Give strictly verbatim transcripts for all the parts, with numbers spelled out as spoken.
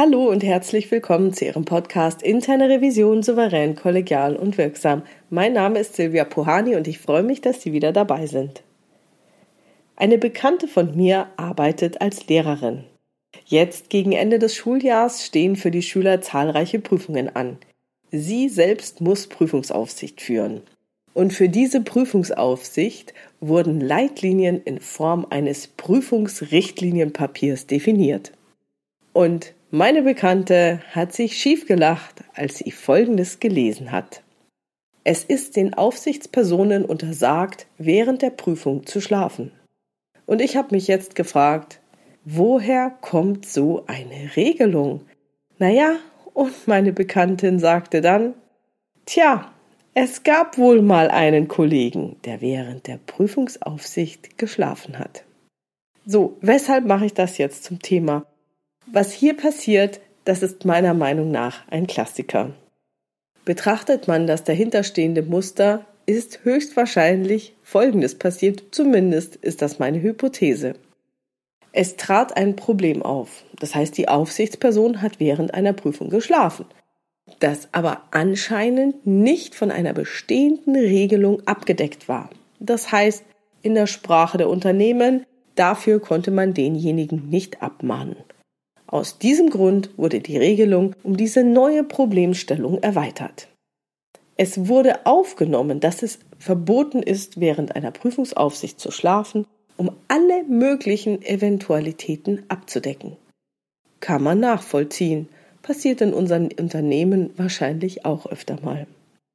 Hallo und herzlich willkommen zu Ihrem Podcast Interne Revision souverän, kollegial und wirksam. Mein Name ist Silvia Puhani und ich freue mich, dass Sie wieder dabei sind. Eine Bekannte von mir arbeitet als Lehrerin. Jetzt gegen Ende des Schuljahrs stehen für die Schüler zahlreiche Prüfungen an. Sie selbst muss Prüfungsaufsicht führen. Und für diese Prüfungsaufsicht wurden Leitlinien in Form eines Prüfungsrichtlinienpapiers definiert. Und meine Bekannte hat sich schief gelacht, als sie Folgendes gelesen hat. Es ist den Aufsichtspersonen untersagt, während der Prüfung zu schlafen. Und ich habe mich jetzt gefragt, woher kommt so eine Regelung? Naja, und meine Bekanntin sagte dann, tja, es gab wohl mal einen Kollegen, der während der Prüfungsaufsicht geschlafen hat. So, weshalb mache ich das jetzt zum Thema? Was hier passiert, das ist meiner Meinung nach ein Klassiker. Betrachtet man das dahinterstehende Muster, ist höchstwahrscheinlich Folgendes passiert, zumindest ist das meine Hypothese. Es trat ein Problem auf, das heißt, die Aufsichtsperson hat während einer Prüfung geschlafen, das aber anscheinend nicht von einer bestehenden Regelung abgedeckt war. Das heißt, in der Sprache der Unternehmen, dafür konnte man denjenigen nicht abmahnen. Aus diesem Grund wurde die Regelung um diese neue Problemstellung erweitert. Es wurde aufgenommen, dass es verboten ist, während einer Prüfungsaufsicht zu schlafen, um alle möglichen Eventualitäten abzudecken. Kann man nachvollziehen, passiert in unseren Unternehmen wahrscheinlich auch öfter mal.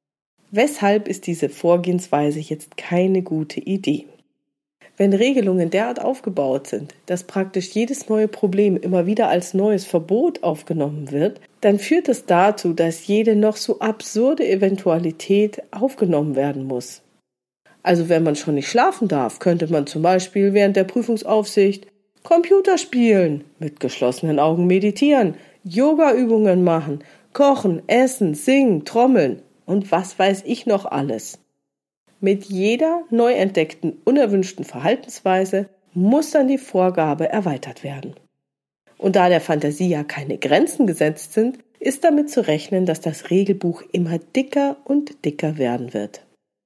Weshalb ist diese Vorgehensweise jetzt keine gute Idee? Wenn Regelungen derart aufgebaut sind, dass praktisch jedes neue Problem immer wieder als neues Verbot aufgenommen wird, dann führt es dazu, dass jede noch so absurde Eventualität aufgenommen werden muss. Also wenn man schon nicht schlafen darf, könnte man zum Beispiel während der Prüfungsaufsicht Computer spielen, mit geschlossenen Augen meditieren, Yoga-Übungen machen, kochen, essen, singen, trommeln und was weiß ich noch alles. Mit jeder neu entdeckten unerwünschten Verhaltensweise muss dann die Vorgabe erweitert werden. Und da der Fantasie ja keine Grenzen gesetzt sind, ist damit zu rechnen, dass das Regelbuch immer dicker und dicker werden wird.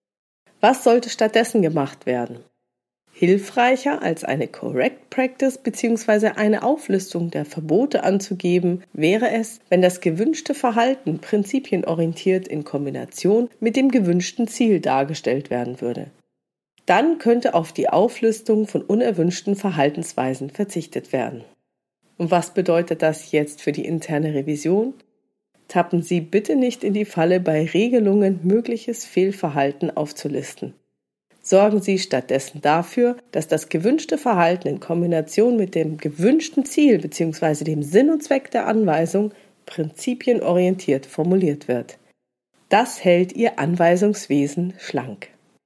Was sollte stattdessen gemacht werden? Hilfreicher als eine Correct Practice bzw. eine Auflistung der Verbote anzugeben, wäre es, wenn das gewünschte Verhalten prinzipienorientiert in Kombination mit dem gewünschten Ziel dargestellt werden würde. Dann könnte auf die Auflistung von unerwünschten Verhaltensweisen verzichtet werden. Und was bedeutet das jetzt für die interne Revision? Tappen Sie bitte nicht in die Falle, bei Regelungen mögliches Fehlverhalten aufzulisten. Sorgen Sie stattdessen dafür, dass das gewünschte Verhalten in Kombination mit dem gewünschten Ziel bzw. dem Sinn und Zweck der Anweisung prinzipienorientiert formuliert wird. Das hält Ihr Anweisungswesen schlank.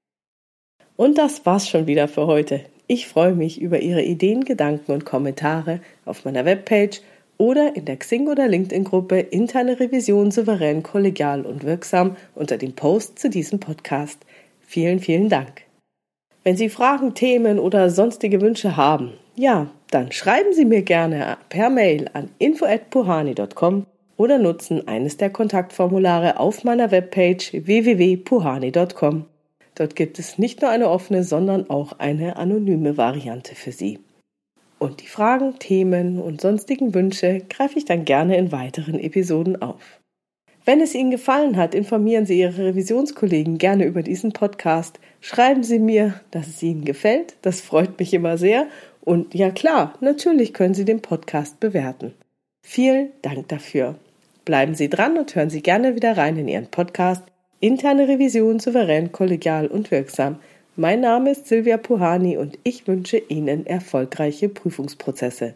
Und das war's schon wieder für heute. Ich freue mich über Ihre Ideen, Gedanken und Kommentare auf meiner Webpage oder in der Xing- oder LinkedIn-Gruppe Interne Revision souverän, kollegial und wirksam unter dem Post zu diesem Podcast. Vielen, vielen Dank. Wenn Sie Fragen, Themen oder sonstige Wünsche haben, ja, dann schreiben Sie mir gerne per Mail an info at puhani dot com oder nutzen eines der Kontaktformulare auf meiner Webpage w w w punkt puhani dot com. Dort gibt es nicht nur eine offene, sondern auch eine anonyme Variante für Sie. Und die Fragen, Themen und sonstigen Wünsche greife ich dann gerne in weiteren Episoden auf. Wenn es Ihnen gefallen hat, informieren Sie Ihre Revisionskollegen gerne über diesen Podcast. Schreiben Sie mir, dass es Ihnen gefällt. Das freut mich immer sehr. Und ja klar, natürlich können Sie den Podcast bewerten. Vielen Dank dafür. Bleiben Sie dran und hören Sie gerne wieder rein in Ihren Podcast Interne Revision souverän, kollegial und wirksam. Mein Name ist Silvia Puhani und ich wünsche Ihnen erfolgreiche Prüfungsprozesse.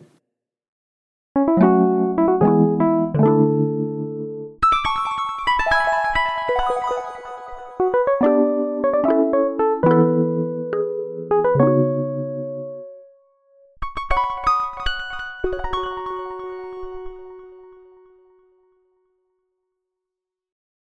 Thank you.